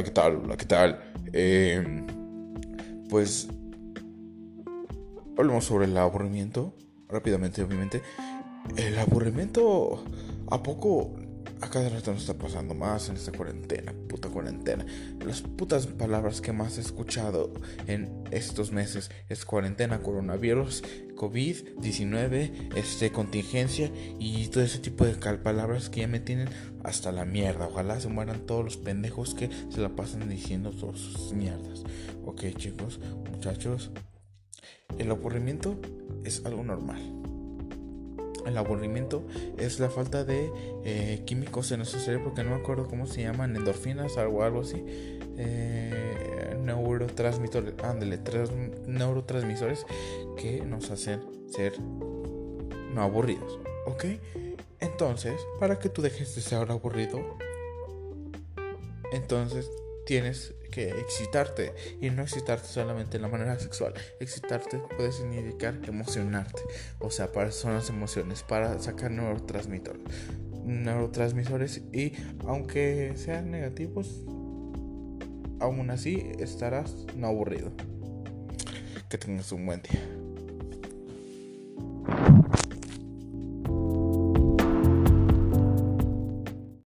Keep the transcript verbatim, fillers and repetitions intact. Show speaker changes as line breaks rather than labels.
¿qué tal? Hola, ¿qué tal? Eh, pues hablemos sobre el aburrimiento. Rápidamente, obviamente. El aburrimiento, ¿a poco a cada rato nos está pasando más en esta cuarentena? Puta cuarentena. Las putas palabras que más he escuchado en estos meses es cuarentena, coronavirus, covid diecinueve, este, contingencia y todo ese tipo de palabras que ya me tienen hasta la mierda. Ojalá se mueran todos los pendejos que se la pasan diciendo todas sus mierdas. Ok, chicos, muchachos, el aburrimiento es algo normal. El aburrimiento es la falta de eh, químicos en nuestro cerebro, que no me acuerdo cómo se llaman, endorfinas o algo así. Eh, neurotransmisores, ándale, trans, neurotransmisores que nos hacen ser no aburridos, ¿ok? Entonces, para que tú dejes de ser aburrido, entonces tienes que excitarte, y no excitarte solamente de la manera sexual. Excitarte puede significar emocionarte, o sea, para son las emociones, para sacar neurotransmisores, neurotransmisores y aunque sean negativos, aún así estarás no aburrido. Que tengas un buen día.